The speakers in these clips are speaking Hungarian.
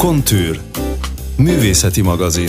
Kontűr. Művészeti magazin.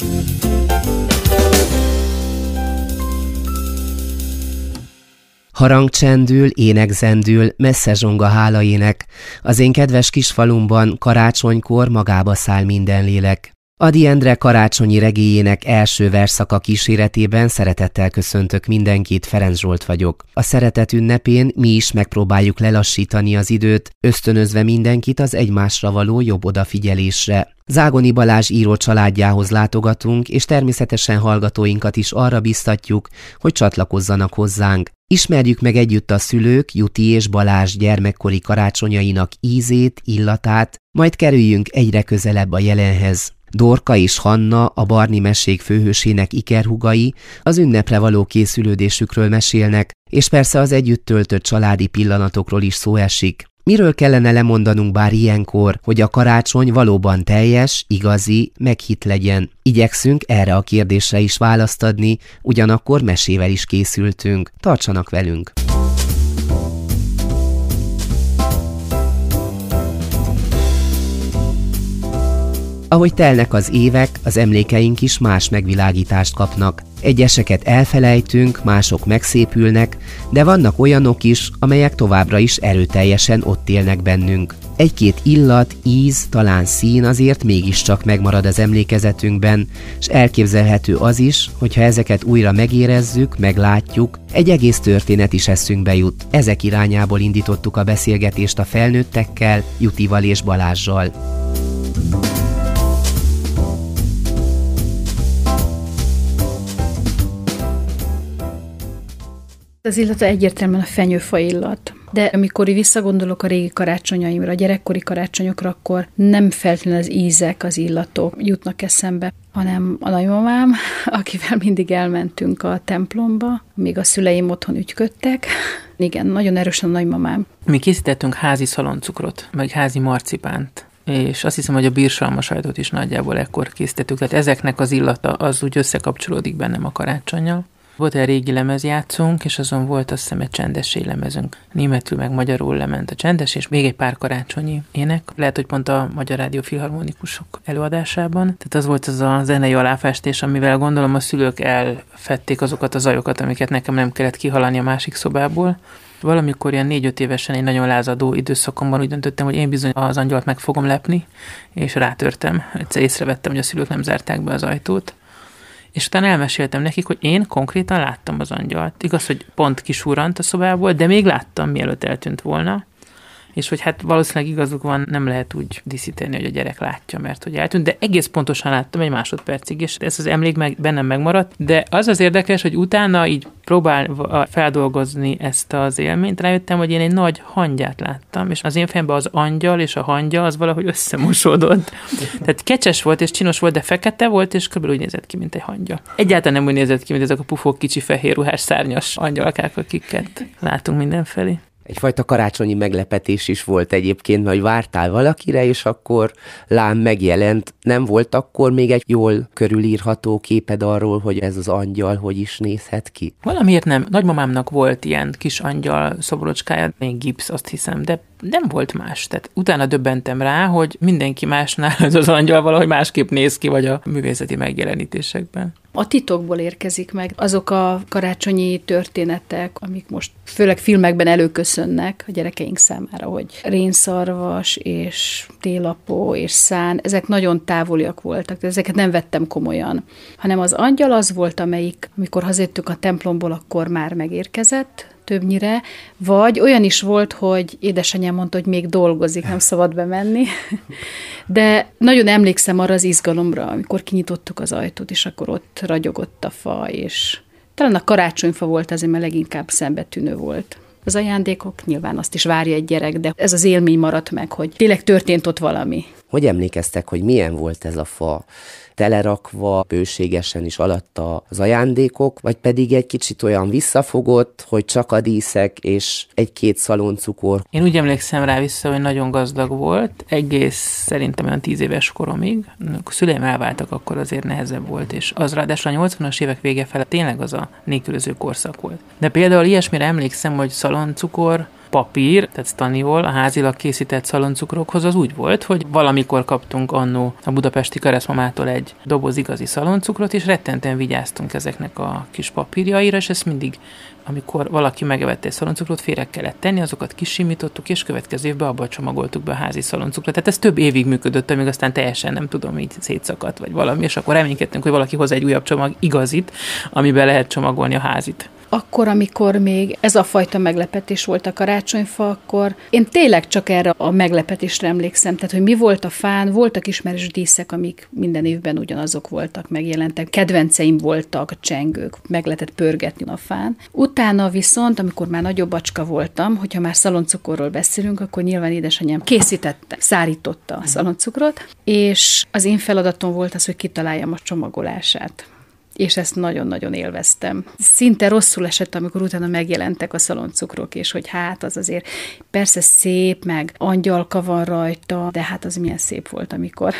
Harang csendül, ének zendül, messze zsonga hálaének, az én kedves kisfalumban karácsonykor magába száll minden lélek. Ady Endre karácsonyi regéjének első versszaka kíséretében szeretettel köszöntök mindenkit, Ferenc Zsolt vagyok. A szeretet ünnepén mi is megpróbáljuk lelassítani az időt, ösztönözve mindenkit az egymásra való jobb odafigyelésre. Zágoni Balázs író családjához látogatunk, és természetesen hallgatóinkat is arra biztatjuk, hogy csatlakozzanak hozzánk. Ismerjük meg együtt a szülők, Juti és Balázs gyermekkori karácsonyainak ízét, illatát, majd kerüljünk egyre közelebb a jelenhez. Dorka és Hanna, a Barni mesék főhősének ikerhúgai, az ünnepre való készülődésükről mesélnek, és persze az együtt töltött családi pillanatokról is szó esik. Miről kellene lemondanunk bár ilyenkor, hogy a karácsony valóban teljes, igazi, meghitt legyen? Igyekszünk erre a kérdésre is választ adni, ugyanakkor mesével is készültünk. Tartsanak velünk! Ahogy telnek az évek, az emlékeink is más megvilágítást kapnak. Egyeseket elfelejtünk, mások megszépülnek, de vannak olyanok is, amelyek továbbra is erőteljesen ott élnek bennünk. Egy-két illat, íz, talán szín azért mégiscsak megmarad az emlékezetünkben, s elképzelhető az is, hogyha ezeket újra megérezzük, meglátjuk, egy egész történet is eszünkbe jut. Ezek irányából indítottuk a beszélgetést a felnőttekkel, Jutival és Balázssal. Az illata egyértelműen a fenyőfa illat. De amikor visszagondolok a régi karácsonyaimra, a gyerekkori karácsonyokra, akkor nem feltétlenül az ízek, az illatok jutnak eszembe, hanem a nagymamám, akivel mindig elmentünk a templomba, még a szüleim otthon ügyködtek. Igen, nagyon erősen a nagymamám. Mi készítettünk házi szaloncukrot, meg házi marcipánt. És azt hiszem, hogy a bírsalmasajtot is nagyjából ekkor készítettük. Tehát ezeknek az illata az úgy összekapcsolódik bennem a karácsonnyal. Volt egy régi lemezjátszónk, és azon volt azt hiszem egy csendessé lemezünk. Németül meg magyarul lement a csendes, és még egy pár karácsonyi ének. Lehet, hogy pont a Magyar Rádió Filharmonikusok előadásában. Tehát az volt az a zenei aláfestés, amivel gondolom a szülők elfedték azokat a zajokat, amiket nekem nem kellett kihalani a másik szobából. Valamikor ilyen 4-5 évesen egy nagyon lázadó időszakomban úgy döntöttem, hogy én bizony az angyalt meg fogom lepni, és rátörtem. Egyszer észrevettem, hogy a szülők nem zárták be az ajtót. És utána elmeséltem nekik, hogy én konkrétan láttam az angyalt. Igaz, hogy pont kisúrant a szobából, de még láttam, mielőtt eltűnt volna. És hogy hát valószínűleg igazuk van, nem lehet úgy díszíteni, hogy a gyerek látja, mert hogy eltűnt, de egész pontosan láttam egy másodpercig, és ez az emlék bennem megmaradt. De az az érdekes, hogy utána így próbálva feldolgozni ezt az élményt, rájöttem, hogy én egy nagy hangyát láttam, és az én fejemben az angyal és a hangya az valahogy összemosódott. Tehát kecses volt és csinos volt, de fekete volt, és körülbelül úgy nézett ki, mint egy hangya. Egyáltalán nem úgy nézett ki, mint ezek a pufók, kicsi fehér ruhás szárnyas angyalkák, akiket látunk mindenfelé. Egyfajta karácsonyi meglepetés is volt egyébként, hogy vártál valakire, és akkor lám megjelent. Nem volt akkor még egy jól körülírható képed arról, hogy ez az angyal hogy is nézhet ki? Valamiért nem. Nagymamámnak volt ilyen kis angyal szobrocskája, még gipsz, azt hiszem, de nem volt más. Tehát utána döbbentem rá, hogy mindenki másnál ez az angyal valahogy másképp néz ki, vagy a művészeti megjelenítésekben. A titokból érkezik meg azok a karácsonyi történetek, amik most főleg filmekben előköszönnek a gyerekeink számára, hogy rénszarvas és télapó és szán, ezek nagyon távoliak voltak, de ezeket nem vettem komolyan, hanem az angyal az volt, amelyik, amikor hazajöttünk a templomból, akkor már megérkezett, többnyire, vagy olyan is volt, hogy édesanyám mondta, hogy még dolgozik, nem szabad bemenni, de nagyon emlékszem arra az izgalomra, amikor kinyitottuk az ajtót, és akkor ott ragyogott a fa, és talán a karácsonyfa volt azért, mert leginkább szembetűnő volt. Az ajándékok nyilván azt is várja egy gyerek, de ez az élmény maradt meg, hogy tényleg történt ott valami. Hogy emlékeztek, hogy milyen volt ez a fa? Telerakva, bőségesen is alatta az ajándékok, vagy pedig egy kicsit olyan visszafogott, hogy csak a díszek és egy-két szaloncukor? Én úgy emlékszem rá vissza, hogy nagyon gazdag volt, egész szerintem olyan 10 éves koromig. A szüleim elváltak, akkor azért nehezebb volt, és az ráadásul a 80-as évek vége felett tényleg az a nélkülöző korszak volt. De például ilyesmire emlékszem, hogy szaloncukor, papír, tehát staniol, a házilag készített szaloncukrokhoz az úgy volt, hogy valamikor kaptunk annó a budapesti keresztmamától egy doboz igazi szaloncukrot, és rettenten vigyáztunk ezeknek a kis papírjaira, és ezt mindig, amikor valaki megevette egy szaloncukrot, félre kellett tenni, azokat kisimítottuk, és következő évben abba csomagoltuk be a házi szaloncukrot. Tehát ez több évig működött, amíg aztán teljesen nem tudom, így szétszakadt, vagy valami, és akkor reménykedtünk, hogy valaki hoz egy újabb csomag igazit, amiben lehet csomagolni a házit. Akkor, amikor még ez a fajta meglepetés volt a karácsonyfa, akkor én tényleg csak erre a meglepetésre emlékszem. Tehát, hogy mi volt a fán, voltak ismerős díszek, amik minden évben ugyanazok voltak, megjelentek. Kedvenceim voltak a csengők, meg lehetett pörgetni a fán. Utána viszont, amikor már nagyobb bacska voltam, hogyha már szaloncukorról beszélünk, akkor nyilván édesanyám készítette, szárította a szaloncukrot, és az én feladatom volt az, hogy kitaláljam a csomagolását. És ezt nagyon-nagyon élveztem. Szinte rosszul esett, amikor utána megjelentek a szaloncukrok, és hogy hát az azért persze szép, meg angyalka van rajta, de hát az milyen szép volt, amikor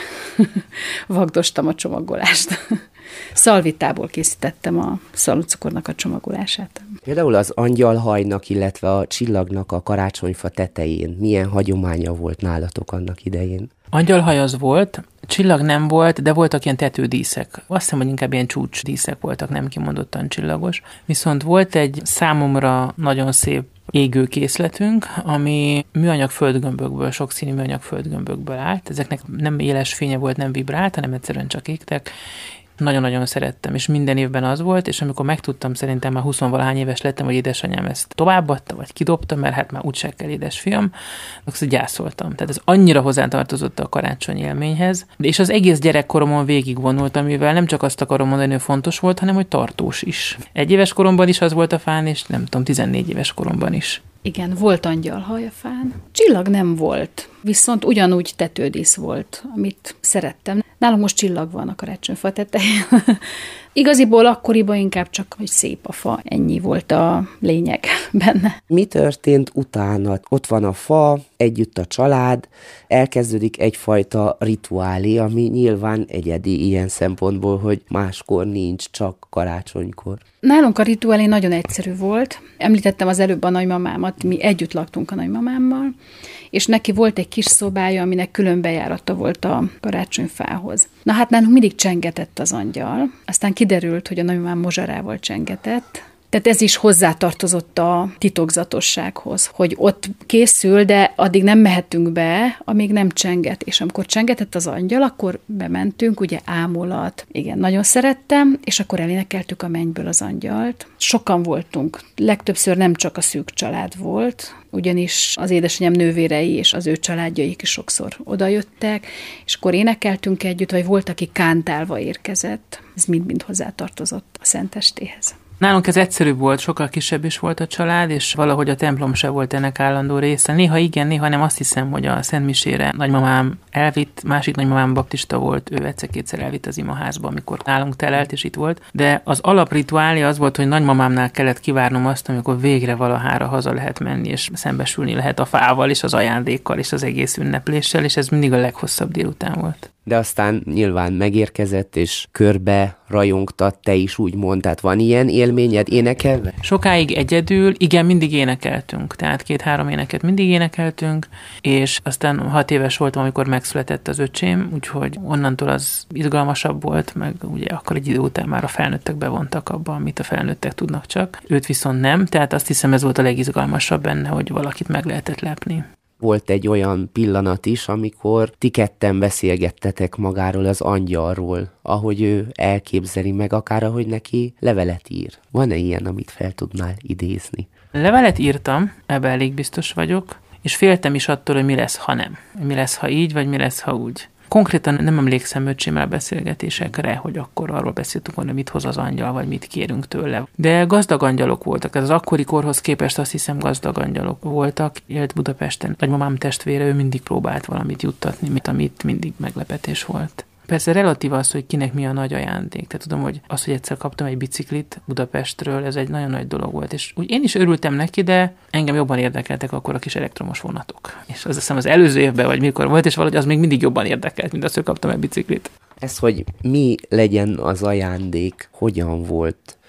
vagdostam a csomagolást. Szalvitából készítettem a szaloncukornak a csomagolását. Például az angyalhajnak, illetve a csillagnak a karácsonyfa tetején milyen hagyománya volt nálatok annak idején? Angyalhaj az volt, csillag nem volt, de voltak ilyen tetődíszek. Azt hiszem, hogy inkább ilyen csúcsdíszek voltak, nem kimondottan csillagos. Viszont volt egy számomra nagyon szép égőkészletünk, ami műanyag földgömbökből, sokszínű műanyag földgömbökből állt. Ezeknek nem éles fénye volt, nem vibrált, hanem egyszerűen csak égtek. Nagyon-nagyon szerettem, és minden évben az volt, és amikor megtudtam, szerintem már 20-valahány éves lettem, hogy édesanyám ezt továbbadta, vagy kidobta, mert hát már úgyse kell édesfiam, akkor gyászoltam. Tehát ez annyira hozzátartozott a karácsony élményhez, és az egész gyerekkoromon végigvonultam, mivel nem csak azt akarom mondani, hogy fontos volt, hanem hogy tartós is. 1 éves koromban is az volt a fán, és nem tudom, 14 éves koromban is. Igen, volt angyalhaj a fán. Csillag nem volt, viszont ugyanúgy tetődísz volt, amit szerettem. Nálunk most csillag van a karácsonyfa tetején. Igaziból akkoriban inkább csak, hogy szép a fa, ennyi volt a lényeg benne. Mi történt utána? Ott van a fa, együtt a család, elkezdődik egyfajta rituálé, ami nyilván egyedi ilyen szempontból, hogy máskor nincs, csak karácsonykor. Nálunk a rituálé nagyon egyszerű volt. Említettem az előbb a nagymamámat, mi együtt laktunk a nagymamámmal, és neki volt egy kis szobája, aminek külön bejárata volt a karácsonyfához. Na hát nálunk mindig csengetett az angyal, aztán kiderült, hogy a nagymamám mozsarával csengetett, tehát ez is hozzátartozott a titokzatossághoz, hogy ott készül, de addig nem mehetünk be, amíg nem csenget. És amikor csengetett az angyal, akkor bementünk, ugye ámulat. Igen, nagyon szerettem, és akkor elénekeltük a mennyből az angyalt. Sokan voltunk, legtöbbször nem csak a szűk család volt, ugyanis az édesanyám nővérei és az ő családjaik is sokszor odajöttek, és akkor énekeltünk együtt, vagy volt, aki kántálva érkezett. Ez mind-mind hozzátartozott a szentestéhez. Nálunk ez egyszerűbb volt, sokkal kisebb is volt a család, és valahogy a templom se volt ennek állandó része. Néha igen, néha nem. Azt hiszem, hogy a Szentmisére nagymamám elvitt, másik nagymamám baptista volt, ő egyszer-kétszer elvitt az imaházba, amikor nálunk telelt, és itt volt. De az alaprituálé az volt, hogy nagymamámnál kellett kivárnom azt, amikor végre valahára haza lehet menni, és szembesülni lehet a fával, és az ajándékkal, és az egész ünnepléssel, és ez mindig a leghosszabb délután volt. De aztán nyilván megérkezett, és körbe rajongtat, te is úgy mondtad. Van ilyen élményed énekelve? Sokáig egyedül, igen, mindig énekeltünk. Tehát 2-3 éneket mindig énekeltünk, és aztán 6 éves voltam, amikor megszületett az öcsém, úgyhogy onnantól az izgalmasabb volt, meg ugye akkor egy idő után már a felnőttek bevontak abba, amit a felnőttek tudnak csak. Őt viszont nem, tehát azt hiszem, ez volt a legizgalmasabb benne, hogy valakit meg lehetett lepni. Volt egy olyan pillanat is, amikor ti ketten beszélgettetek magáról az angyalról, ahogy ő elképzeli meg, akár ahogy neki levelet ír. Van-e ilyen, amit fel tudnál idézni? Levelet írtam, ebben elég biztos vagyok, és féltem is attól, hogy mi lesz, ha nem. Mi lesz, ha így, vagy mi lesz, ha úgy. Konkrétan nem emlékszem öcsémmel beszélgetésekre, hogy akkor arról beszéltünk volna, mit hoz az angyal, vagy mit kérünk tőle. De gazdag angyalok voltak. Ez az akkori korhoz képest azt hiszem gazdag angyalok voltak. Élt Budapesten. Nagymamám testvére, ő mindig próbált valamit juttatni, amit mindig meglepetés volt. Persze relatív az, hogy kinek mi a nagy ajándék. Tehát tudom, hogy az, hogy egyszer kaptam egy biciklit Budapestről, ez egy nagyon nagy dolog volt. És úgy én is örültem neki, de engem jobban érdekeltek akkor a kis elektromos vonatok. És azt hiszem az előző évben, vagy mikor volt, és valahogy az még mindig jobban érdekelt, mint az, hogy kaptam egy biciklit. Ez, hogy mi legyen az ajándék, hogyan volt?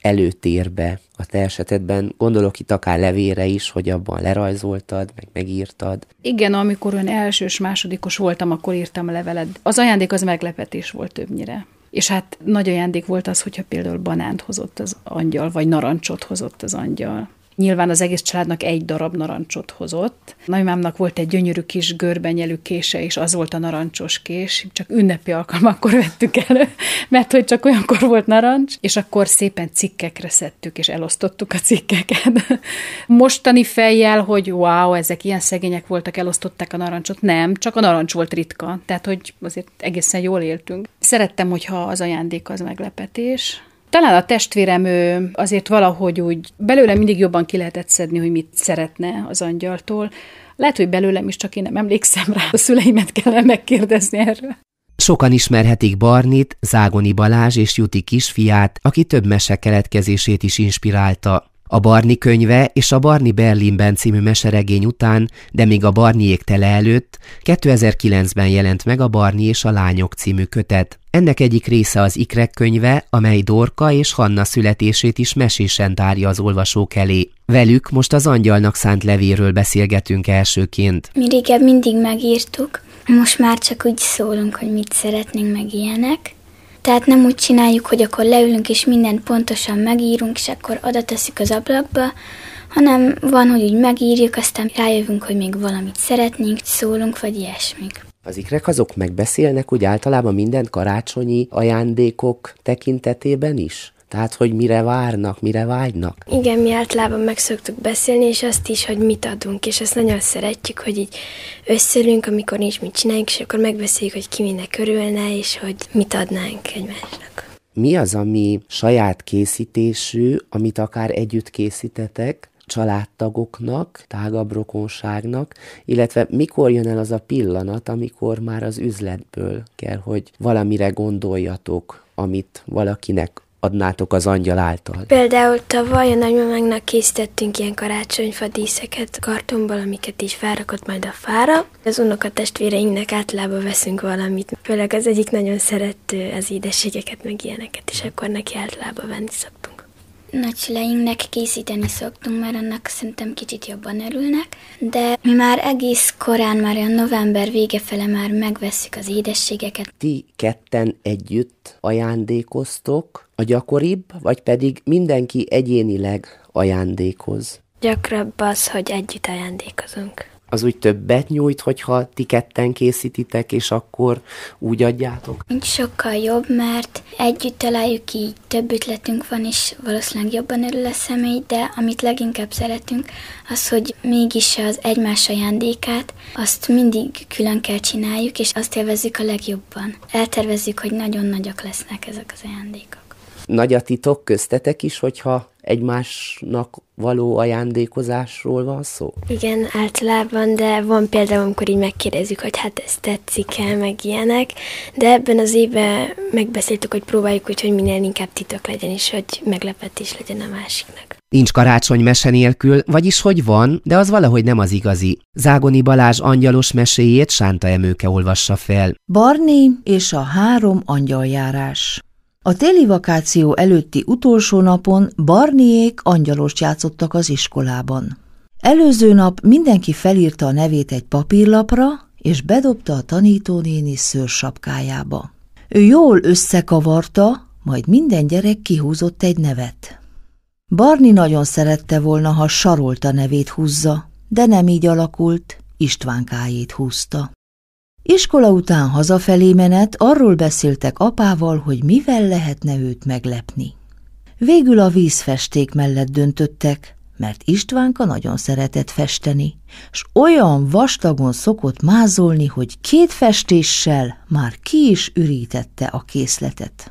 előtérbe a te esetedben? Gondolok itt akár levélre is, hogy abban lerajzoltad, meg megírtad. Igen, amikor olyan elsős, másodikos voltam, akkor írtam a levelet. Az ajándék az meglepetés volt többnyire. És hát nagy ajándék volt az, hogyha például banánt hozott az angyal, vagy narancsot hozott az angyal. Nyilván az egész családnak egy darab narancsot hozott. Nagymámnak volt egy gyönyörű kis görbenyelű kése, és az volt a narancsos kés. Csak ünnepi alkalmakkor vettük elő, mert hogy csak olyankor volt narancs, és akkor szépen cikkekre szedtük, és elosztottuk a cikkeket. Mostani fejjel, hogy wow, ezek ilyen szegények voltak, elosztották a narancsot. Nem, csak a narancs volt ritka. Tehát, hogy azért egészen jól éltünk. Szerettem, hogyha az ajándék az meglepetés. Talán a testvérem azért valahogy úgy belőle mindig jobban ki lehetett szedni, hogy mit szeretne az angyaltól. Lehet, hogy belőlem is, csak én nem emlékszem rá. A szüleimet kellene megkérdezni erről. Sokan ismerhetik Barnit, Zágoni Balázs és Juti kisfiát, aki több mese keletkezését is inspirálta. A Barni könyve és a Barni Berlinben című meseregény után, de még a Barniék tele előtt 2009-ben jelent meg a Barni és a lányok című kötet. Ennek egyik része az Ikrek könyve, amely Dorka és Hanna születését is mesésen tárja az olvasók elé. Velük most az angyalnak szánt levélről beszélgetünk elsőként. Mi régebb mindig megírtuk, most már csak úgy szólunk, hogy mit szeretnénk, meg ilyenek. Tehát nem úgy csináljuk, hogy akkor leülünk és mindent pontosan megírunk, és akkor oda tesszük az ablakba, hanem van, hogy úgy megírjuk, aztán rájövünk, hogy még valamit szeretnénk, szólunk, vagy ilyesmik. Az ikrek azok megbeszélnek úgy általában minden karácsonyi ajándékok tekintetében is? Tehát, hogy mire várnak, mire vágynak? Igen, mi általában meg szoktuk beszélni, és azt is, hogy mit adunk, és azt nagyon szeretjük, hogy így összeülünk, amikor nincs mit csináljuk, és akkor megbeszéljük, hogy ki minek örülne, és hogy mit adnánk egymásnak. Mi az, ami saját készítésű, amit akár együtt készítetek, családtagoknak, tágabb rokonságnak, illetve mikor jön el az a pillanat, amikor már az üzletből kell, hogy valamire gondoljatok, amit valakinek adnátok az angyal által? Például tavaly a nagymamánknak készítettünk ilyen karácsonyfa díszeket kartonból, amiket így felrakott majd a fára. Az unokatestvéreinknek általában veszünk valamit. Főleg az egyik nagyon szeret az édességeket, meg ilyeneket, és akkor neki általában venni szoktunk. Nagyszüleinknek készíteni szoktunk, mert annak szerintem kicsit jobban örülnek, de mi már egész korán, már olyan november vége fele már megvesszük az édességeket. Ti ketten együtt ajándékoztok a gyakoribb, vagy pedig mindenki egyénileg ajándékoz? Gyakrabb az, hogy együtt ajándékozunk. Az úgy többet nyújt, hogyha ti ketten készítitek, és akkor úgy adjátok? Így sokkal jobb, mert együtt találjuk ki, több ötletünk van, és valószínűleg jobban örül a személy, de amit leginkább szeretünk, az, hogy mégis az egymás ajándékát, azt mindig külön kell csináljuk, és azt élvezzük a legjobban. Eltervezzük, hogy nagyon nagyok lesznek ezek az ajándékok. Nagy a titok köztetek is, hogyha egymásnak való ajándékozásról van szó? Igen, általában, de van például, amikor így megkérdezzük, hogy hát ez tetszik-e, meg ilyenek, de ebben az évben megbeszéltük, hogy próbáljuk úgy, hogy minél inkább titok legyen, és hogy meglepetés legyen a másiknak. Nincs karácsony mese nélkül, vagyis hogy van, de az valahogy nem az igazi. Zágoni Balázs angyalos meséjét Sánta Emőke olvassa fel. Barni és a 3 angyaljárás. A téli vakáció előtti utolsó napon Barniék angyalost játszottak az iskolában. Előző nap mindenki felírta a nevét egy papírlapra, és bedobta a tanítónéni szőrsapkájába. Ő jól összekavarta, majd minden gyerek kihúzott egy nevet. Barni nagyon szerette volna, ha Sarolta nevét húzza, de nem így alakult, Istvánkájét húzta. Iskola után hazafelé menet arról beszéltek apával, hogy mivel lehetne őt meglepni. Végül a vízfesték mellett döntöttek, mert Istvánka nagyon szeretett festeni, s olyan vastagon szokott mázolni, hogy 2 festéssel már ki is ürítette a készletet.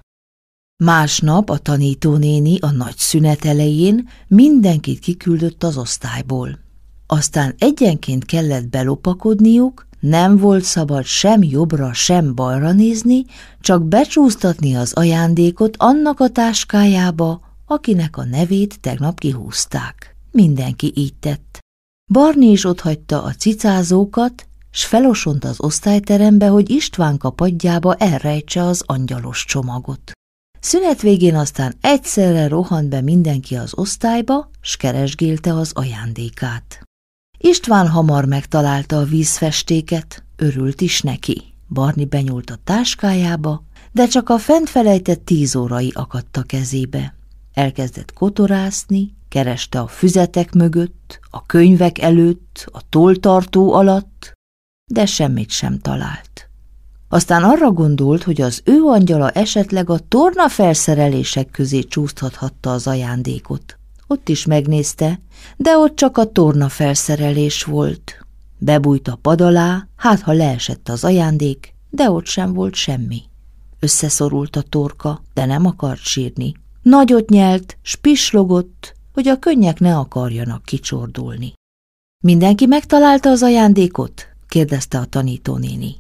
Másnap a tanítónéni a nagy szünet elején mindenkit kiküldött az osztályból. Aztán egyenként kellett belopakodniuk, nem volt szabad sem jobbra, sem balra nézni, csak becsúsztatni az ajándékot annak a táskájába, akinek a nevét tegnap kihúzták. Mindenki így tett. Barni is otthagyta a cicázókat, s felosont az osztályterembe, hogy Istvánka padjába elrejtse az angyalos csomagot. Szünet végén aztán egyszerre rohant be mindenki az osztályba, s keresgélte az ajándékát. István hamar megtalálta a vízfestéket, örült is neki. Barni benyúlt a táskájába, de csak a fent felejtett 10 órai akadt a kezébe. Elkezdett kotorászni, kereste a füzetek mögött, a könyvek előtt, a tolltartó alatt, de semmit sem talált. Aztán arra gondolt, hogy az ő angyala esetleg a tornafelszerelések közé csúsztathatta az ajándékot. Ott is megnézte, de ott csak a tornafelszerelés volt. Bebújt a pad alá, hát ha leesett az ajándék, de ott sem volt semmi. Összeszorult a torka, de nem akart sírni. Nagyot nyelt, s pislogott, hogy a könnyek ne akarjanak kicsordulni. Mindenki megtalálta az ajándékot? kérdezte a tanítónéni.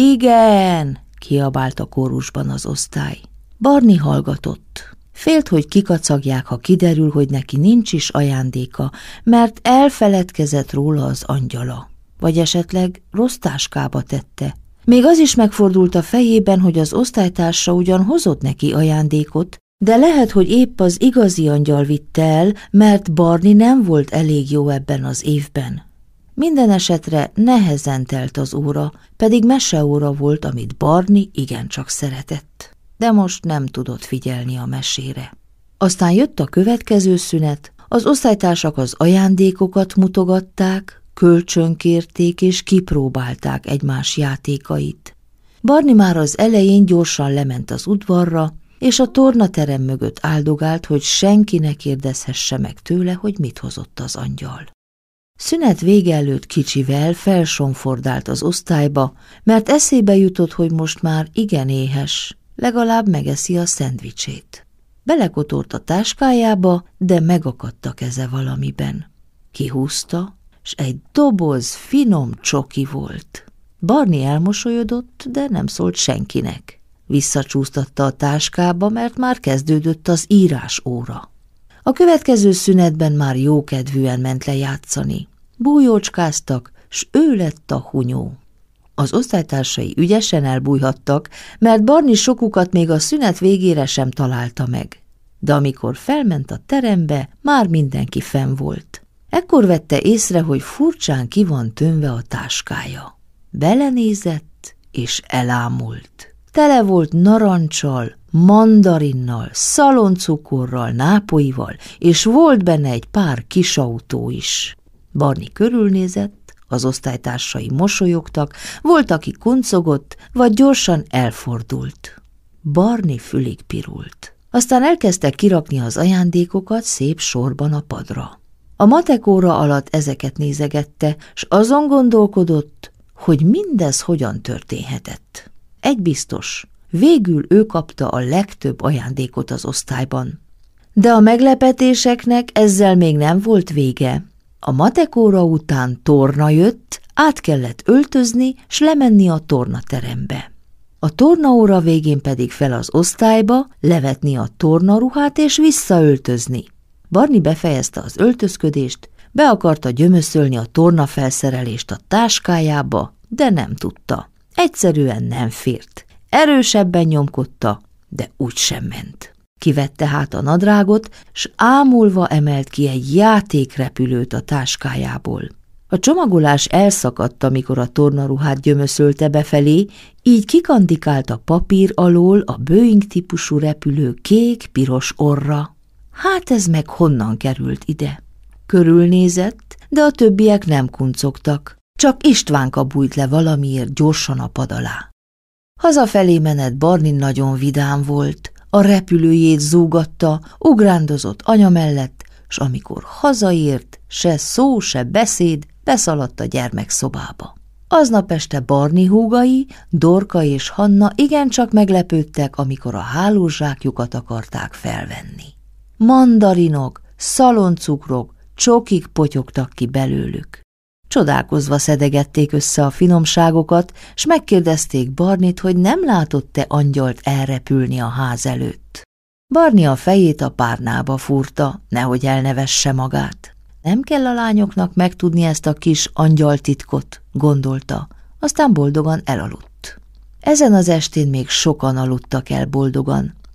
Igen, kiabált a kórusban az osztály. Barni hallgatott. Félt, hogy kikacagják, ha kiderül, hogy neki nincs is ajándéka, mert elfeledkezett róla az angyala. Vagy esetleg rossz táskába tette. Még az is megfordult a fejében, hogy az osztálytársa ugyan hozott neki ajándékot, de lehet, hogy épp az igazi angyal vitte el, mert Barni nem volt elég jó ebben az évben. Minden esetre nehezen telt az óra, pedig meseóra volt, amit Barni igencsak szeretett. De most nem tudott figyelni a mesére. Aztán jött a következő szünet, az osztálytársak az ajándékokat mutogatták, kölcsönkérték és kipróbálták egymás játékait. Barni már az elején gyorsan lement az udvarra, és a tornaterem mögött áldogált, hogy senki ne kérdezhesse meg tőle, hogy mit hozott az angyal. Szünet vége előtt kicsivel felsomfordált az osztályba, mert eszébe jutott, hogy most már igen éhes, legalább megeszi a szendvicsét. Belekotort a táskájába, de megakadt a keze valamiben. Kihúzta, s egy doboz finom csoki volt. Barni elmosolyodott, de nem szólt senkinek. Visszacsúsztatta a táskába, mert már kezdődött az írásóra. A következő szünetben már jókedvűen ment le játszani. Bújócskáztak, s ő lett a hunyó. Az osztálytársai ügyesen elbújhattak, mert Barni sokukat még a szünet végére sem találta meg. De amikor felment a terembe, már mindenki fenn volt. Ekkor vette észre, hogy furcsán ki van tömve a táskája. Belenézett, és elámult. Tele volt narancsal, mandarinnal, szaloncukorral, nápolyval, és volt benne egy pár kis autó is. Barni körülnézett, az osztálytársai mosolyogtak, volt, aki kuncogott, vagy gyorsan elfordult. Barni fülig pirult. Aztán elkezdte kirakni az ajándékokat szép sorban a padra. A matek óra alatt ezeket nézegette, s azon gondolkodott, hogy mindez hogyan történhetett. Egy biztos, végül ő kapta a legtöbb ajándékot az osztályban. De a meglepetéseknek ezzel még nem volt vége. A matek óra után torna jött, át kellett öltözni, s lemenni a tornaterembe. A tornaóra végén pedig fel az osztályba, levetni a tornaruhát és visszaöltözni. Barni befejezte az öltözködést, be akarta gyömöszölni a tornafelszerelést a táskájába, de nem tudta. Egyszerűen nem fért. Erősebben nyomkodta, de úgysem ment. Kivette hát a nadrágot, s ámulva emelt ki egy játékrepülőt a táskájából. A csomagolás elszakadt, amikor a tornaruhát gyömöszölte befelé, így kikandikált a papír alól a Boeing típusú repülő kék-piros orra. Hát ez meg honnan került ide? Körülnézett, de a többiek nem kuncogtak. Csak Istvánka bújt le valamiért gyorsan a pad alá. Hazafelé menet Barni nagyon vidám volt, a repülőjét zúgatta, ugrándozott anya mellett, s amikor hazaért, se szó, se beszéd, beszaladt a gyermekszobába. Aznap este Barni húgai, Dorka és Hanna igencsak meglepődtek, amikor a hálózsákjukat akarták felvenni. Mandarinok, szaloncukrok, csokik potyogtak ki belőlük. Csodálkozva szedegették össze a finomságokat, s megkérdezték Barnit, hogy nem látott-e angyalt elrepülni a ház előtt. Barni a fejét a párnába fúrta, nehogy elnevesse magát. Nem kell a lányoknak megtudni ezt a kis angyaltitkot, gondolta, aztán boldogan elaludt. Ezen az estén még sokan aludtak el boldogan.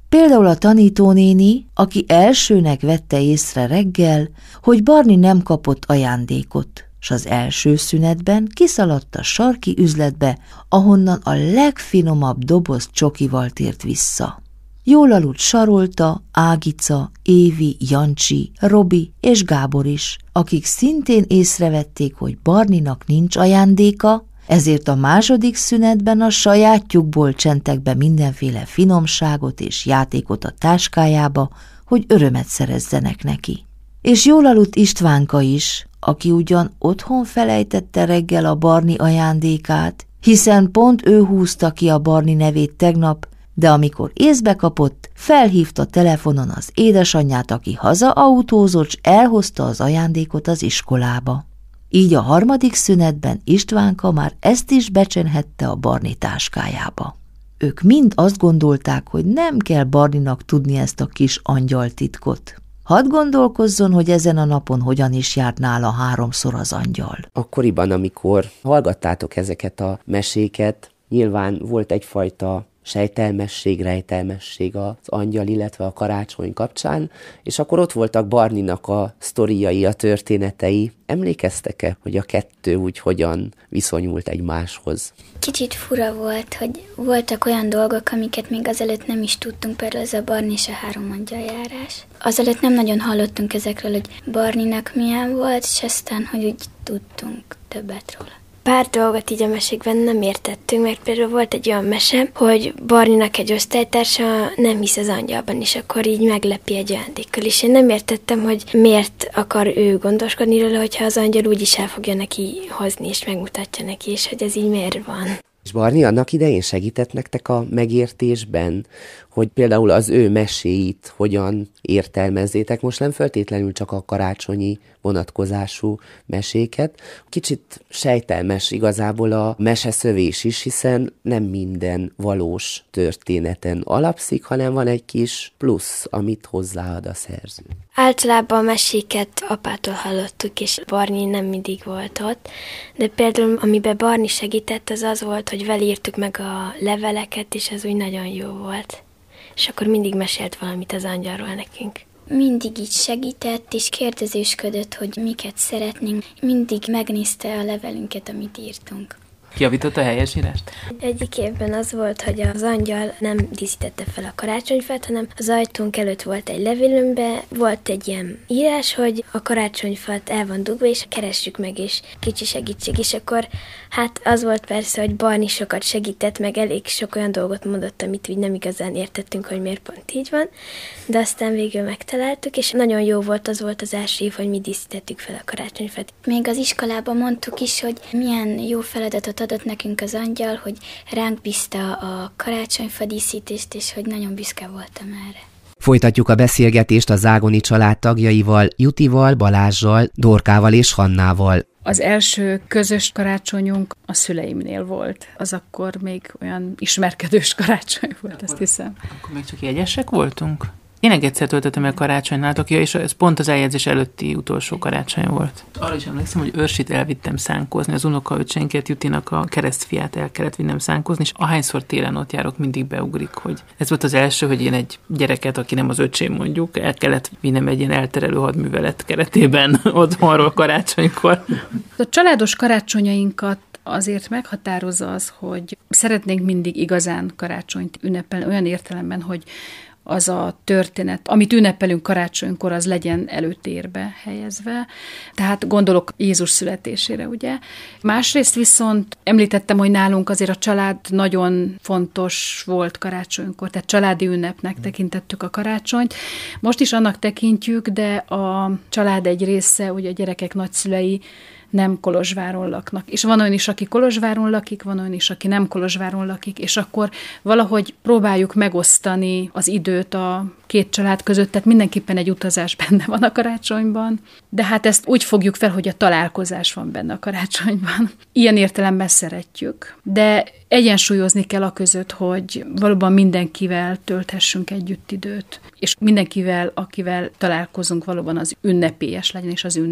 Például a tanítónéni, aki elsőnek vette észre reggel, hogy Barni nem kapott ajándékot, s az első szünetben kiszaladt a sarki üzletbe, ahonnan a legfinomabb doboz csokival tért vissza. Jól aludt Sarolta, Ágica, Évi, Jancsi, Robi és Gábor is, akik szintén észrevették, hogy Barninak nincs ajándéka, ezért a második szünetben a sajátjukból csentek be mindenféle finomságot és játékot a táskájába, hogy örömet szerezzenek neki. És jól aludt Istvánka is, aki ugyan otthon felejtette reggel a Barni ajándékát, hiszen pont ő húzta ki a Barni nevét tegnap, de amikor észbe kapott, felhívta telefonon az édesanyját, aki hazaautózott, s elhozta az ajándékot az iskolába. Így a harmadik szünetben Istvánka már ezt is becsenhette a Barni táskájába. Ők mind azt gondolták, hogy nem kell Barninak tudni ezt a kis angyaltitkot. Hadd gondolkozzon, hogy ezen a napon hogyan is járt nála 3-szor az angyal. Akkoriban, amikor hallgattátok ezeket a meséket, nyilván volt egyfajta sejtelmesség, rejtelmesség az angyal, illetve a karácsony kapcsán, és akkor ott voltak Barninak a sztoriai, a történetei. Emlékeztek-e, hogy a kettő úgy hogyan viszonyult egymáshoz? Kicsit fura volt, hogy voltak olyan dolgok, amiket még azelőtt nem is tudtunk, például ez a Barni és a 3 angyaljárás. Azelőtt nem nagyon hallottunk ezekről, hogy Barninak milyen volt, és aztán, hogy úgy tudtunk többet róla. Pár dolgot így a mesékben nem értettünk, mert például volt egy olyan mese, hogy Barninak egy osztálytársa nem hisz az angyalban, és akkor így meglepi egy ajándékkal. És én nem értettem, hogy miért akar ő gondoskodni róla, hogyha az angyal úgyis el fogja neki hozni, és megmutatja neki, és hogy ez így miért van. És Barni annak idején segített nektek a megértésben, hogy például az ő meséit hogyan értelmezzétek, most nem feltétlenül csak a karácsonyi vonatkozású meséket. Kicsit sejtelmes igazából a meseszövés is, hiszen nem minden valós történeten alapszik, hanem van egy kis plusz, amit hozzáad a szerző. Általában a meséket apától hallottuk, és Barni nem mindig volt ott, de például amiben Barni segített, az az volt, hogy velírtuk meg a leveleket, és az úgy nagyon jó volt. És akkor mindig mesélt valamit az angyalról nekünk. Mindig így segített, és kérdezősködött, hogy miket szeretnénk. Mindig megnézte a levelünket, amit írtunk. Kijavította a helyesírást? Egyik évben az volt, hogy az angyal nem díszítette fel a karácsonyfát, hanem az ajtónk előtt volt egy levélünkben, volt egy ilyen írás, hogy a karácsonyfát el van dugva, és keressük meg, és kicsi segítség. És akkor hát az volt persze, hogy Barni sokat segített, meg elég sok olyan dolgot mondott, amit úgy nem igazán értettünk, hogy miért pont így van, de aztán végül megtaláltuk, és nagyon jó volt, az volt az első év, hogy mi díszítettük fel a karácsonyfát. Még az iskolában mondtuk is, hogy milyen jó feladatot adott nekünk az angyal, hogy ránk bízta a karácsonyfa díszítést, és hogy nagyon büszke voltam erre. Folytatjuk a beszélgetést a Zágoni család tagjaival, Jutival, Balázssal, Dorkával és Hannával. Az első közös karácsonyunk a szüleimnél volt. Az akkor még olyan ismerkedős karácsony volt, azt hiszem. Akkor még csak jegyesek voltunk? Én egyszer töltöttem el karácsony nálatok, és ez pont az eljegyzés előtti utolsó karácsony volt. Arra is emlékszem, hogy Őrsit elvittem szánkozni, az unokaöccsénket, Jutinak a keresztfiát el kellett vinnem szánkozni, és ahányszor télen ott járok, mindig beugrik, hogy ez volt az első, hogy én egy gyereket, aki nem az öcsém mondjuk, el kellett vinnem egy ilyen elterelő hadművelet keretében otthonról karácsonykor. A családos karácsonyainkat azért meghatározza az, hogy szeretnénk mindig igazán karácsonyt ünnepelni, olyan értelemben, hogy az a történet, amit ünnepelünk karácsonykor, az legyen előtérbe helyezve. Tehát gondolok Jézus születésére, ugye. Másrészt viszont említettem, hogy nálunk azért a család nagyon fontos volt karácsonykor, tehát családi ünnepnek tekintettük a karácsonyt. Most is annak tekintjük, de a család egy része, ugye a gyerekek nagyszülei nem Kolozsváron laknak. És van olyan is, aki Kolozsváron lakik, van olyan is, aki nem Kolozsváron lakik, és akkor valahogy próbáljuk megosztani az időt a két család között, tehát mindenképpen egy utazás benne van a karácsonyban, de hát ezt úgy fogjuk fel, hogy a találkozás van benne a karácsonyban. Ilyen értelemben szeretjük, de egyensúlyozni kell a között, hogy valóban mindenkivel tölthessünk együtt időt, és mindenkivel, akivel találkozunk, valóban az ünnepélyes legyen, és az ünnep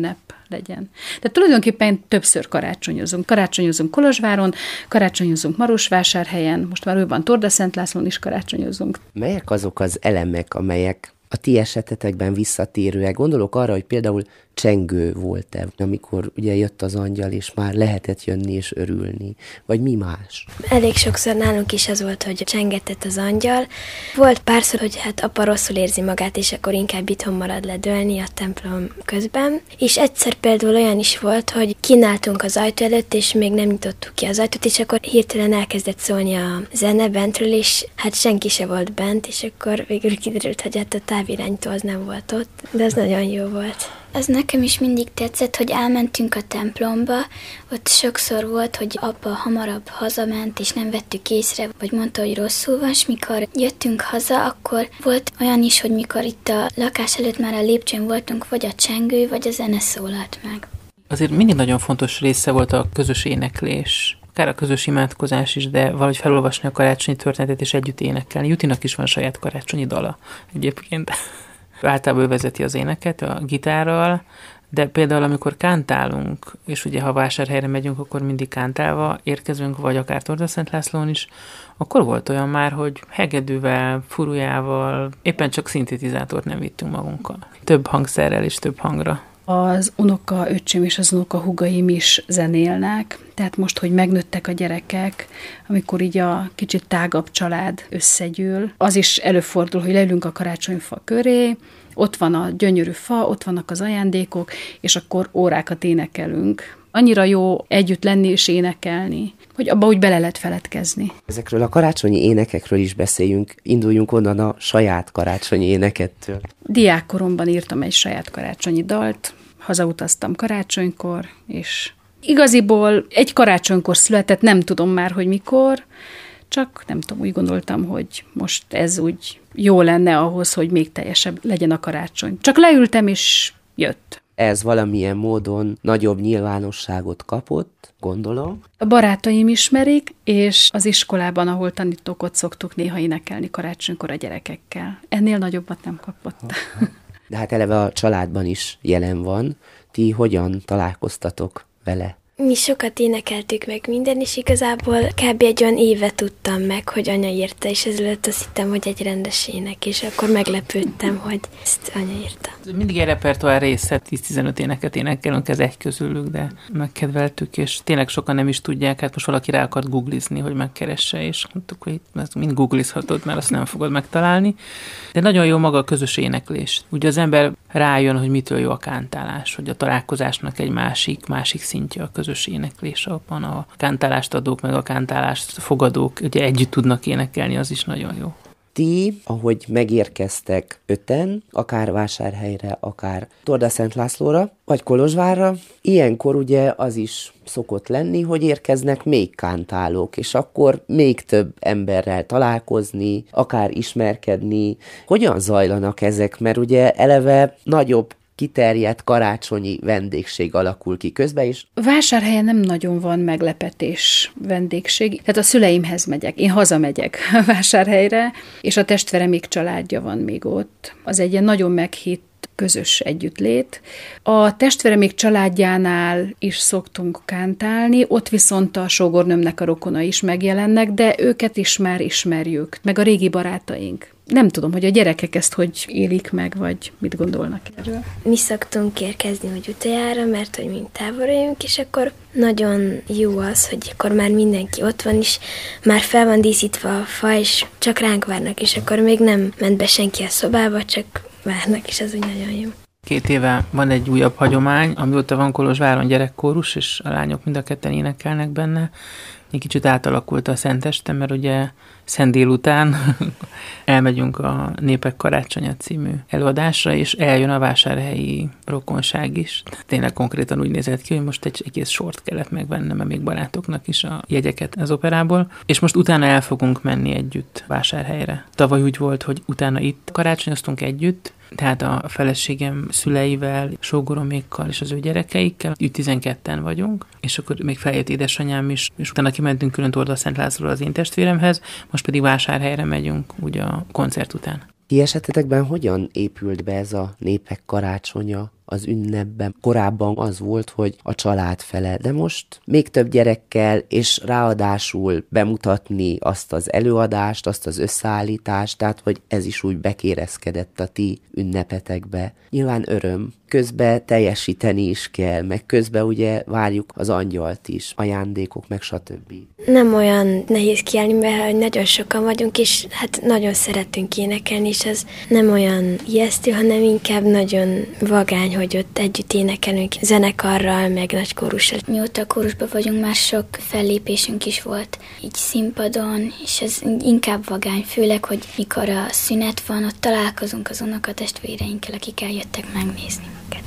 legyen. Tehát tulajdonképpen többször karácsonyozunk. Karácsonyozunk Kolozsváron, karácsonyozunk Marosvásárhelyen, most már újban Tordaszentlászlón is karácsonyozunk. Melyek azok az elemek, amelyek a ti esetetekben visszatérőek? Gondolok arra, hogy például csengő volt-e, amikor ugye jött az angyal, és már lehetett jönni és örülni, vagy mi más? Elég sokszor nálunk is az volt, hogy csengetett az angyal. Volt párszor, hogy hát apa rosszul érzi magát, és akkor inkább itthon marad ledőlni a templom közben. És egyszer például olyan is volt, hogy kínáltunk az ajtó előtt, és még nem nyitottuk ki az ajtót, és akkor hirtelen elkezdett szólni a zene bentről, és hát senki se volt bent, és akkor végül kiderült, hogy hát a távirányító az nem volt ott, de az nagyon jó volt. Az nekem is mindig tetszett, hogy elmentünk a templomba, ott sokszor volt, hogy apa hamarabb hazament, és nem vettük észre, vagy mondta, hogy rosszul van, és mikor jöttünk haza, akkor volt olyan is, hogy mikor itt a lakás előtt már a lépcsőn voltunk, vagy a csengő, vagy a zene szólalt meg. Azért mindig nagyon fontos része volt a közös éneklés, akár a közös imádkozás is, de valahogy felolvasni a karácsonyi történetet és együtt énekelni. Jutinak is van saját karácsonyi dala egyébként. Általában ő vezeti az éneket a gitárral, de például amikor kántálunk, és ugye ha Vásárhelyre megyünk, akkor mindig kántálva érkezünk, vagy akár Tordaszentlászlón is, akkor volt olyan már, hogy hegedűvel, furujával, éppen csak szintetizátort nem vittünk magunkkal. Több hangszerrel és több hangra. Az unoka öcsém és az unoka húgaim is zenélnek, tehát most, hogy megnőttek a gyerekek, amikor így a kicsit tágabb család összegyűl, az is előfordul, hogy leülünk a karácsonyfa köré, ott van a gyönyörű fa, ott vannak az ajándékok, és akkor órákat énekelünk. Annyira jó együtt lenni és énekelni, hogy abba úgy bele lehet feledkezni. Ezekről a karácsonyi énekekről is beszéljünk, induljunk onnan a saját karácsonyi énekettől. Diákkoromban írtam egy saját karácsonyi dalt, hazautaztam karácsonykor, és igaziból egy karácsonykor született, nem tudom már, hogy mikor, csak nem tudom, úgy gondoltam, hogy most ez úgy jó lenne ahhoz, hogy még teljesebb legyen a karácsony. Csak leültem, és jött. Ez valamilyen módon nagyobb nyilvánosságot kapott, gondolom. A barátaim ismerik, és az iskolában, ahol tanítok, ott szoktuk néha énekelni karácsonykor a gyerekekkel. Ennél nagyobbat nem kapott. De hát eleve a családban is jelen van. Ti hogyan találkoztatok vele? Mi sokat énekeltük meg minden, és igazából kb. Egy olyan éve tudtam meg, hogy anya írta, és ezelőtt azt hittem, hogy egy rendes ének, és akkor meglepődtem, hogy ezt anya írta. Mindig egy repertoár része, 10-15 éneket énekelünk, ez egy közülük, de megkedveltük, és tényleg sokan nem is tudják, hát most valaki rá akart googlizni, hogy megkeresse, és mondtuk, hogy ezt mind googlizhatod, mert azt nem fogod megtalálni. De nagyon jó maga a közös éneklés. Ugye az ember rájön, hogy mitől jó a kántálás, hogy a találkozásnak egy másik szintje a közös éneklés, abban a kántálást adók, meg a kántálást fogadók ugye együtt tudnak énekelni, az is nagyon jó. Ti, ahogy megérkeztek 5-en, akár Vásárhelyre, akár Tordaszentlászlóra, vagy Kolozsvárra, ilyenkor ugye az is szokott lenni, hogy érkeznek még kántálók, és akkor még több emberrel találkozni, akár ismerkedni. Hogyan zajlanak ezek? Mert ugye eleve nagyobb kiterjedt karácsonyi vendégség alakul ki közben is. Vásárhelyen nem nagyon van meglepetés vendégség, tehát a szüleimhez megyek, én hazamegyek Vásárhelyre, és a testvéremék családja van még ott. Az egy ilyen nagyon meghitt közös együttlét. A testvéremék családjánál is szoktunk kántálni, ott viszont a sógornőmnek a rokona is megjelennek, de őket is már ismerjük, meg a régi barátaink. Nem tudom, hogy a gyerekek ezt hogy élik meg, vagy mit gondolnak erről. Mi szoktunk érkezni, hogy utoljára, mert hogy mind távolra jövünk, és akkor nagyon jó az, hogy akkor már mindenki ott van, és már fel van díszítve a fa, és csak ránk várnak, és akkor még nem ment be senki a szobába, csak várnak, és az úgy nagyon jó. 2 éve van egy újabb hagyomány, amióta van Kolozsváron gyerekkórus, és a lányok mind a ketten énekelnek benne. Egy kicsit átalakult a Szenteste, mert ugye szent délután elmegyünk a Népek Karácsonya című előadásra, és eljön a vásárhelyi rokonság is. Tényleg konkrétan úgy nézett ki, hogy most egy egész sort kellett megvennem, még barátoknak is a jegyeket az operából, és most utána el fogunk menni együtt Vásárhelyre. Tavaly úgy volt, hogy utána itt karácsonyoztunk együtt, tehát a feleségem szüleivel, sógoromékkal és az ő gyerekeikkel, úgy 12-en vagyunk, és akkor még feljött édesanyám is, és utána kimentünk külön Tordaszentlászlóra az én testvéremhez, most pedig Vásárhelyre megyünk ugye a koncert után. Ti esetetekben hogyan épült be ez a Népek Karácsonya az ünnepben. Korábban az volt, hogy a család fele, de most még több gyerekkel, és ráadásul bemutatni azt az előadást, azt az összeállítást, tehát hogy ez is úgy bekérezkedett a ti ünnepetekbe. Nyilván öröm, közben teljesíteni is kell, meg közben ugye várjuk az angyalt is, ajándékok, meg stb. Nem olyan nehéz kiállni, mert nagyon sokan vagyunk, és hát nagyon szeretünk énekelni, és ez nem olyan ijesztő, hanem inkább nagyon vagány, hogy ott együtt énekelünk zenekarral, meg nagy kórussal. Mióta kórusban vagyunk, már sok fellépésünk is volt így színpadon, és ez inkább vagány, főleg, hogy mikor a szünet van, ott találkozunk az unokatestvéreinkkel, akik eljöttek megnézni minket.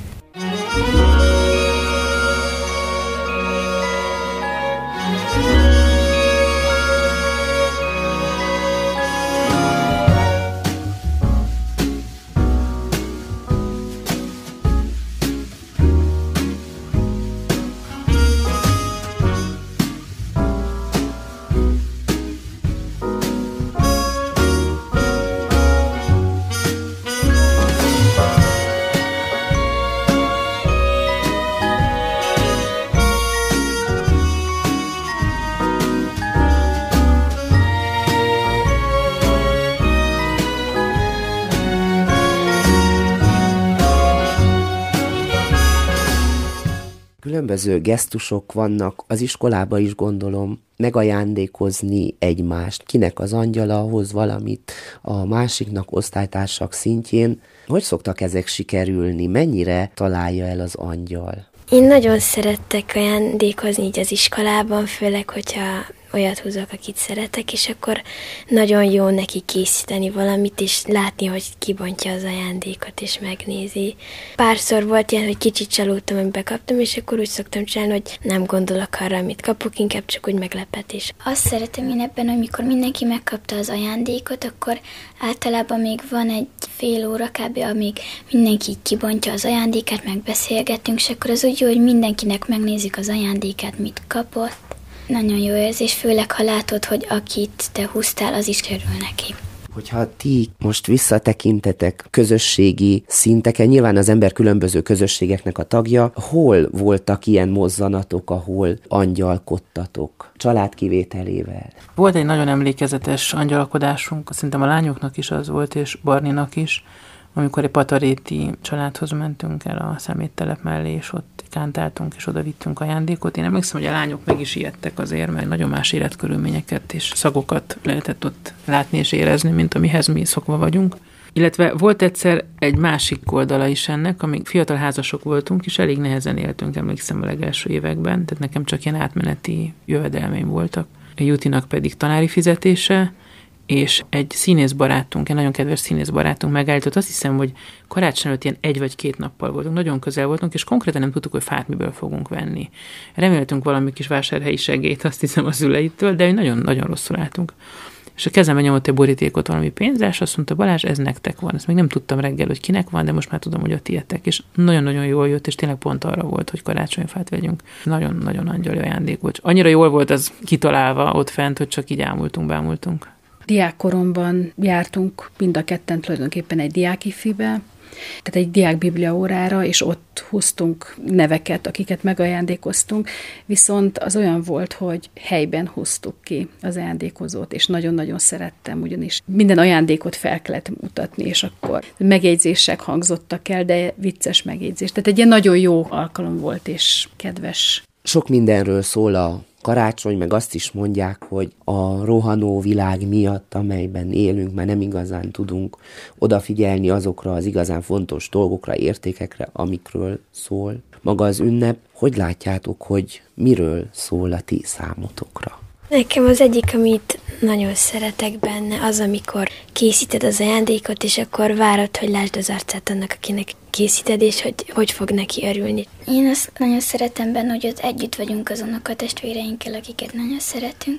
Különböző gesztusok vannak az iskolába is, gondolom, megajándékozni egymást. Kinek az angyala hoz valamit a másiknak osztálytársak szintjén. Hogy szoktak ezek sikerülni? Mennyire találja el az angyal? Én nagyon szerettek ajándékozni így az iskolában, főleg, hogyha olyat húzok, akit szeretek, és akkor nagyon jó neki készíteni valamit, és látni, hogy kibontja az ajándékot, és megnézi. Párszor volt ilyen, hogy kicsit csalódtam, amit bekaptam, és akkor úgy szoktam csinálni, hogy nem gondolok arra, amit kapok, inkább csak úgy meglepetés. Azt szeretem én ebben, hogy mikor mindenki megkapta az ajándékot, akkor általában még van egy fél óra kb., amíg mindenki kibontja az ajándékát, megbeszélgetünk, és akkor az úgy jó, hogy mindenkinek megnézzük az ajándékát, mit kapott. Nagyon jó érzés, főleg ha látod, hogy akit te húztál, az is kerül neki. Hogyha ti most visszatekintetek közösségi szinteken, nyilván az ember különböző közösségeknek a tagja, hol voltak ilyen mozzanatok, ahol angyalkodtatok, család kivételével? Volt egy nagyon emlékezetes angyalkodásunk, szerintem a lányoknak is az volt, és Barninak is, amikor egy pataréti családhoz mentünk el a szeméttelep mellé, és ott kántáltunk, és oda vittünk ajándékot. Én emlékszem, hogy a lányok meg is ijedtek azért, mert nagyon más életkörülményeket és szagokat lehetett ott látni és érezni, mint amihez mi szokva vagyunk. Illetve volt egyszer egy másik oldala is ennek, amíg fiatal házasok voltunk, és elég nehezen éltünk, emlékszem, a legelső években, tehát nekem csak ilyen átmeneti jövedelmeim voltak. A Jutinak pedig tanári fizetése, és egy színészbarátunk, egy nagyon kedves színészbarátunk megállított, azt hiszem, hogy karácsony előtt ilyen 1 vagy 2 nappal voltunk, nagyon közel voltunk, és konkrétan nem tudtuk, hogy fát miből fogunk venni. Reméltünk valami kis vásárhelyi segélyt, azt hiszem, a szüleitől, de nagyon-nagyon rosszul álltunk. És a kezembe nyomott egy borítékot valami pénzás, azt mondta, Balázs, ez nektek van. Ezt még nem tudtam reggel, hogy kinek van, de most már tudom, hogy a tietek. És nagyon-nagyon jól jött, és tényleg pont arra volt, hogy karácsonyfát vegyünk. Nagyon-nagyon angyali ajándék volt. Annyira jól volt az kitalálva ott fent, hogy csak így bámultunk. Diákkoromban jártunk mind a ketten tulajdonképpen egy diákifibe, tehát egy diákbiblia órára, és ott húztunk neveket, akiket megajándékoztunk, viszont az olyan volt, hogy helyben húztuk ki az ajándékozót, és nagyon-nagyon szerettem, ugyanis minden ajándékot fel kellett mutatni, és akkor megjegyzések hangzottak el, de vicces megjegyzés. Tehát egy ilyen nagyon jó alkalom volt, és kedves. Sok mindenről szól a karácsony, meg azt is mondják, hogy a rohanó világ miatt, amelyben élünk, már nem igazán tudunk odafigyelni azokra az igazán fontos dolgokra, értékekre, amikről szól maga az ünnep. Hogy látjátok, hogy miről szól a ti számotokra? Nekem az egyik, amit nagyon szeretek benne, az, amikor készíted az ajándékot, és akkor várod, hogy lásd az arcát annak, akinek készíted, és hogy fog neki örülni. Én azt nagyon szeretem benne, hogy ott együtt vagyunk az unokatestvéreinkkel, akiket nagyon szeretünk,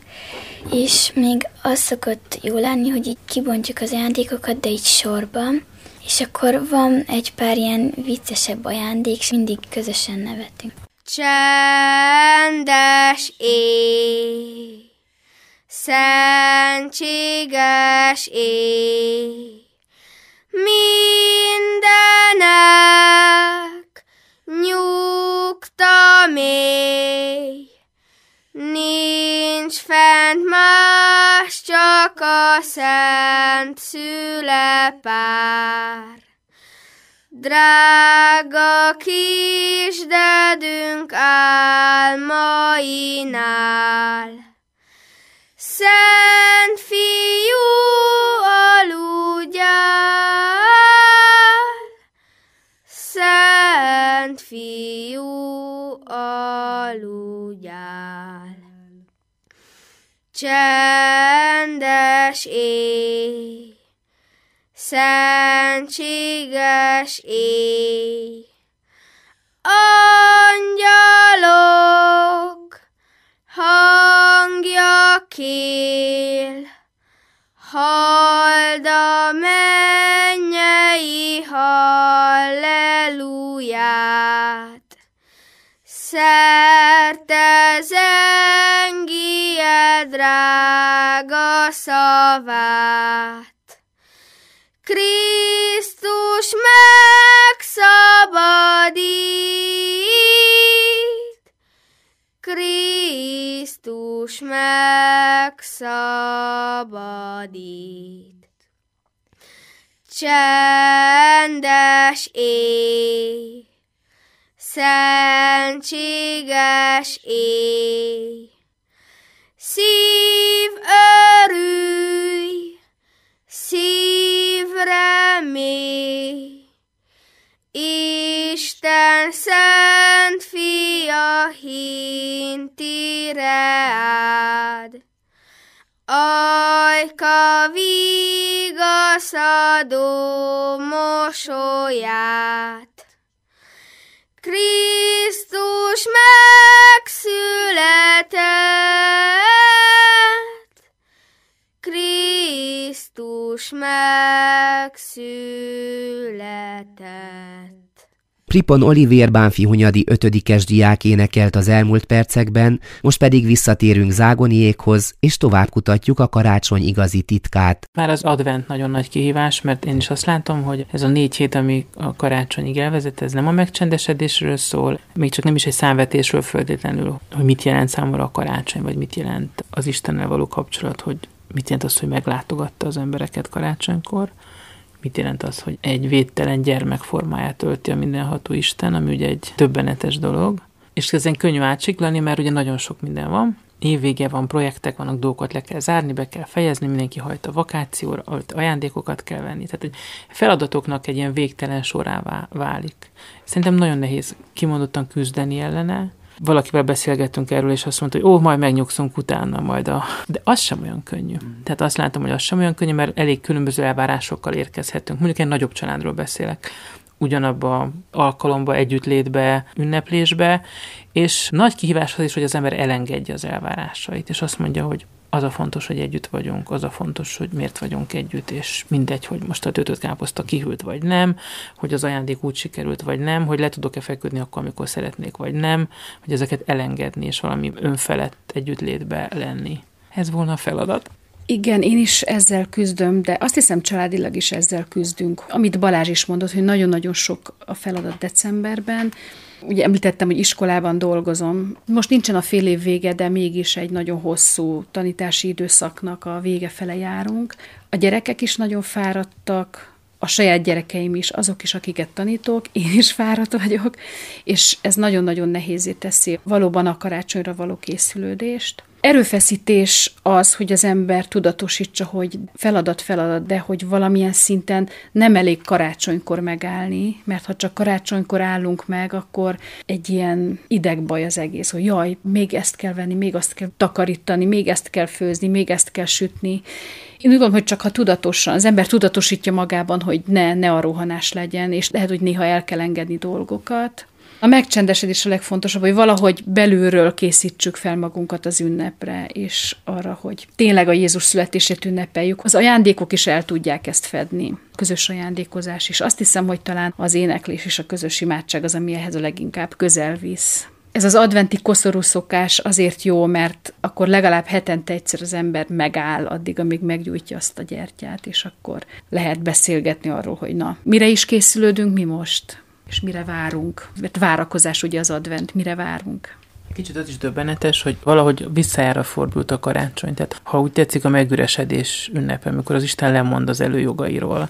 és még az szokott jó lenni, hogy így kibontjuk az ajándékokat, de így sorban, és akkor van egy pár ilyen viccesebb ajándék, és mindig közösen nevetünk. Csendes éj, szentséges éj, mindenek mély. Nincs fent más, csak a szent szülepár. Drága kisdedünk álmainál. Szent Fiú aludjál, Szent Fiú aludjál. Csendes éj, szentséges éj, angyalok hangja kél, halld a mennyei halleluját. Szerte zengje drága szavát. Krisztus megszabadít, Krisztus megszabadít. Csendes éj, szentséges éj, szív örülj, szív remély, Isten szent fia hintire áld. Ajka vigaszadó mosolyát. Krisztus megszületett, Krisztus megszületett. Pripon Olivér Bánffyhunyadi 5-es diák énekelt az elmúlt percekben, most pedig visszatérünk Zágoniékhoz, és tovább kutatjuk a karácsony igazi titkát. Már az advent nagyon nagy kihívás, mert én is azt látom, hogy ez a 4 hét, ami a karácsonyig elvezet, ez nem a megcsendesedésről szól, még csak nem is egy számvetésről feltétlenül, hogy mit jelent számomra a karácsony, vagy mit jelent az Istennel való kapcsolat, hogy mit jelent az, hogy meglátogatta az embereket karácsonykor, mit jelent az, hogy egy védtelen gyermek formáját ölti a mindenható Isten, ami ugye egy döbbenetes dolog, és ezen könnyű átsiklani, mert ugye nagyon sok minden van. Évvége van, projektek vannak, dolgokat le kell zárni, be kell fejezni, mindenki hajt a vakációra, ajándékokat kell venni. Tehát hogy feladatoknak egy ilyen végtelen sorává válik. Szerintem nagyon nehéz kimondottan küzdeni ellene. Valakivel beszélgettünk erről, és azt mondta, hogy majd megnyugszunk utána majd De az sem olyan könnyű. Tehát azt látom, hogy az sem olyan könnyű, mert elég különböző elvárásokkal érkezhetünk. Mondjuk egy nagyobb családról beszélek. Ugyanabba alkalomba, együttlétbe, ünneplésbe, és nagy kihívás az is, hogy az ember elengedje az elvárásait, és azt mondja, hogy az a fontos, hogy együtt vagyunk, az a fontos, hogy miért vagyunk együtt, és mindegy, hogy most a töltött káposzta kihűlt vagy nem, hogy az ajándék úgy sikerült vagy nem, hogy le tudok-e feküdni akkor, amikor szeretnék vagy nem, hogy ezeket elengedni, és valami önfelett együttlétbe lenni. Ez volna a feladat. Igen, én is ezzel küzdöm, de azt hiszem családilag is ezzel küzdünk. Amit Balázs is mondott, hogy nagyon-nagyon sok a feladat decemberben. Ugye említettem, hogy iskolában dolgozom. Most nincsen a fél év vége, de mégis egy nagyon hosszú tanítási időszaknak a vége fele járunk. A gyerekek is nagyon fáradtak, a saját gyerekeim is, azok is, akiket tanítok, én is fáradt vagyok, és ez nagyon-nagyon nehézé teszi valóban a karácsonyra való készülődést. Erőfeszítés az, hogy az ember tudatosítsa, hogy feladat, de hogy valamilyen szinten nem elég karácsonykor megállni, mert ha csak karácsonykor állunk meg, akkor egy ilyen idegbaj az egész, hogy jaj, még ezt kell venni, még azt kell takarítani, még ezt kell főzni, még ezt kell sütni. Én úgy gondolom, hogy csak ha tudatosan, az ember tudatosítja magában, hogy ne a rohanás legyen, és lehet, hogy néha el kell engedni dolgokat. A megcsendesedés a legfontosabb, hogy valahogy belülről készítsük fel magunkat az ünnepre, és arra, hogy tényleg a Jézus születését ünnepeljük. Az ajándékok is el tudják ezt fedni, közös ajándékozás is. Azt hiszem, hogy talán az éneklés és a közös imádság az, ami ehhez a leginkább közel visz. Ez az adventi koszorú szokás azért jó, mert akkor legalább hetente egyszer az ember megáll addig, amíg meggyújtja azt a gyertyát, és akkor lehet beszélgetni arról, hogy na, mire is készülődünk mi most? és mire várunk. Mert várakozás ugye az advent, mire várunk. Kicsit az is döbbenetes, hogy valahogy visszajára fordult a karácsony. Tehát ha úgy tetszik, a megüresedés ünnepe, amikor az Isten lemond az előjogairól,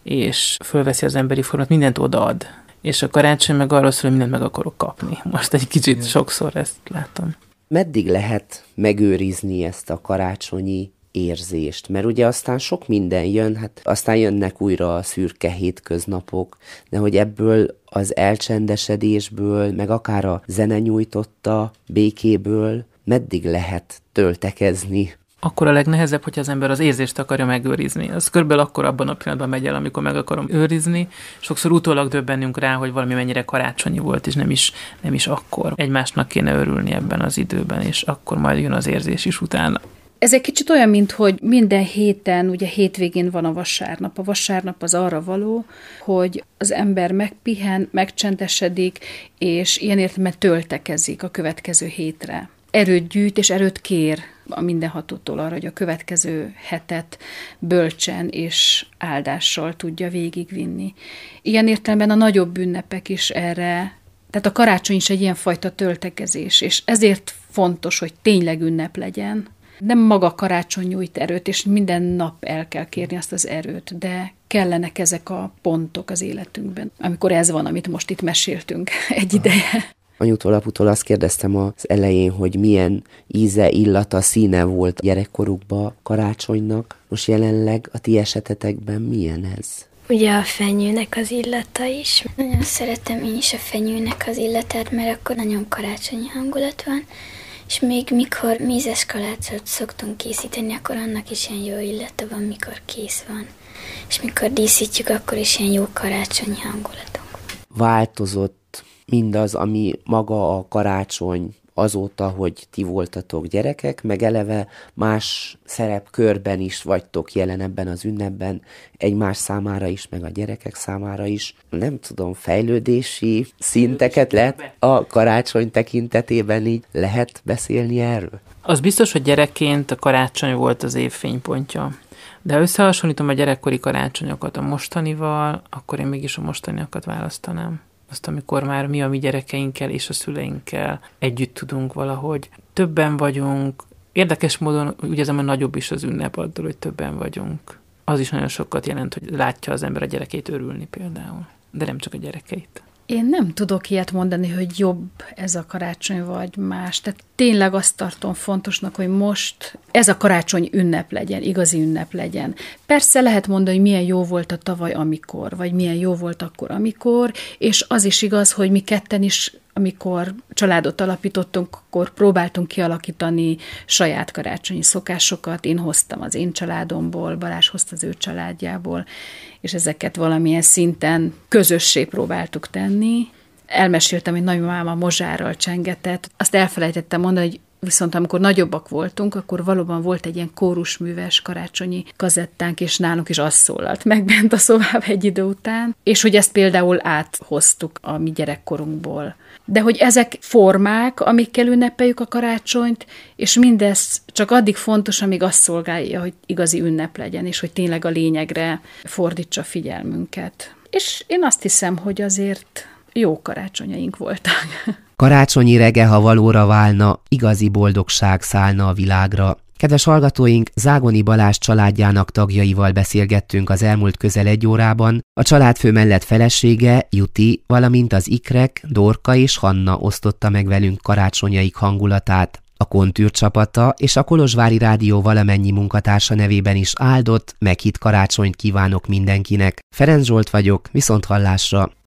és fölveszi az emberi formát, mindent odaad. És a karácsony meg arról szól, hogy mindent meg akarok kapni. Most egy kicsit sokszor ezt látom. Meddig lehet megőrizni ezt a karácsonyi érzést? Mert ugye aztán sok minden jön, hát aztán jönnek újra a szürke hétköznapok, de hogy ebből az elcsendesedésből, meg akár a zene nyújtotta békéből meddig lehet töltekezni? Akkor a legnehezebb, hogyha az ember az érzést akarja megőrizni. Az körülbelül akkor abban a pillanatban megy el, amikor meg akarom őrizni. Sokszor utólag döbbenünk rá, hogy valami mennyire karácsonyi volt, és nem is akkor. Egymásnak kéne örülni ebben az időben, és akkor majd jön az érzés is utána. Ez egy kicsit olyan, mint hogy minden héten, ugye hétvégén van a vasárnap. A vasárnap az arra való, hogy az ember megpihen, megcsendesedik, és ilyen értelemben töltekezik a következő hétre. Erőt gyűjt és erőt kér a mindenhatótól arra, hogy a következő hetet bölcsen és áldással tudja végigvinni. Ilyen értelemben a nagyobb ünnepek is erre, tehát a karácsony is egy ilyenfajta töltekezés, és ezért fontos, hogy tényleg ünnep legyen. Nem maga karácsony nyújt erőt, és minden nap el kell kérni azt az erőt, de kellenek ezek a pontok az életünkben, amikor ez van, amit most itt meséltünk egy ideje. Anyutól, aputól azt kérdeztem az elején, hogy milyen íze, illata, színe volt gyerekkorukban karácsonynak. Most jelenleg a ti esetetekben milyen ez? Ugye a fenyőnek az illata is. Nagyon szeretem én is a fenyőnek az illatát, mert akkor nagyon karácsonyi hangulat van, és még mikor mézes kalácsot szoktunk készíteni, akkor annak is ilyen jó illata van, mikor kész van. És mikor díszítjük, akkor is ilyen jó karácsonyi hangulatunk. Változott mindaz, ami maga a karácsony azóta, hogy ti voltatok gyerekek, meg eleve más szerepkörben is vagytok jelen ebben az ünnepben, egymás számára is, meg a gyerekek számára is. Nem tudom, fejlődési szinteket lehet a karácsony tekintetében így lehet beszélni erről? Az biztos, hogy gyerekként a karácsony volt az év fénypontja. De ha összehasonlítom a gyerekkori karácsonyokat a mostanival, akkor én mégis a mostaniakat választanám. Azt, amikor már mi a mi gyerekeinkkel és a szüleinkkel együtt tudunk valahogy. Többen vagyunk. Érdekes módon úgy érzem, hogy nagyobb is az ünnep attól, hogy többen vagyunk. Az is nagyon sokat jelent, hogy látja az ember a gyerekét örülni például. De nem csak a gyerekeit. Én nem tudok ilyet mondani, hogy jobb ez a karácsony vagy más. Tehát tényleg azt tartom fontosnak, hogy most ez a karácsony ünnep legyen, igazi ünnep legyen. Persze lehet mondani, hogy milyen jó volt a tavaly, amikor, vagy milyen jó volt akkor, amikor, és az is igaz, hogy mi ketten is, amikor családot alapítottunk, akkor próbáltunk kialakítani saját karácsonyi szokásokat. Én hoztam az én családomból, Balázs hozta az ő családjából, és ezeket valamilyen szinten közössé próbáltuk tenni. Elmeséltem, hogy nagymamám a mozsárral csengetett. Azt elfelejtettem mondani, hogy viszont amikor nagyobbak voltunk, akkor valóban volt egy ilyen kórusműves karácsonyi kazettánk, és nálunk is az szólalt meg bent a szobába egy idő után, és hogy ezt például áthoztuk a mi gyerekkorunkból. De hogy ezek formák, amikkel ünnepeljük a karácsonyt, és mindez csak addig fontos, amíg azt szolgálja, hogy igazi ünnep legyen, és hogy tényleg a lényegre fordítsa figyelmünket. És én azt hiszem, hogy azért jó karácsonyaink voltak. Karácsonyi rege, ha valóra válna, igazi boldogság szállna a világra. Kedves hallgatóink, Zágoni Balázs családjának tagjaival beszélgettünk az elmúlt közel 1 órában. A családfő mellett felesége, Juti, valamint az ikrek, Dorka és Hanna osztotta meg velünk karácsonyaik hangulatát. A Kontűr csapata és a Kolozsvári Rádió valamennyi munkatársa nevében is áldott, meghitt karácsonyt kívánok mindenkinek. Ferenc Zsolt vagyok, viszonthallásra!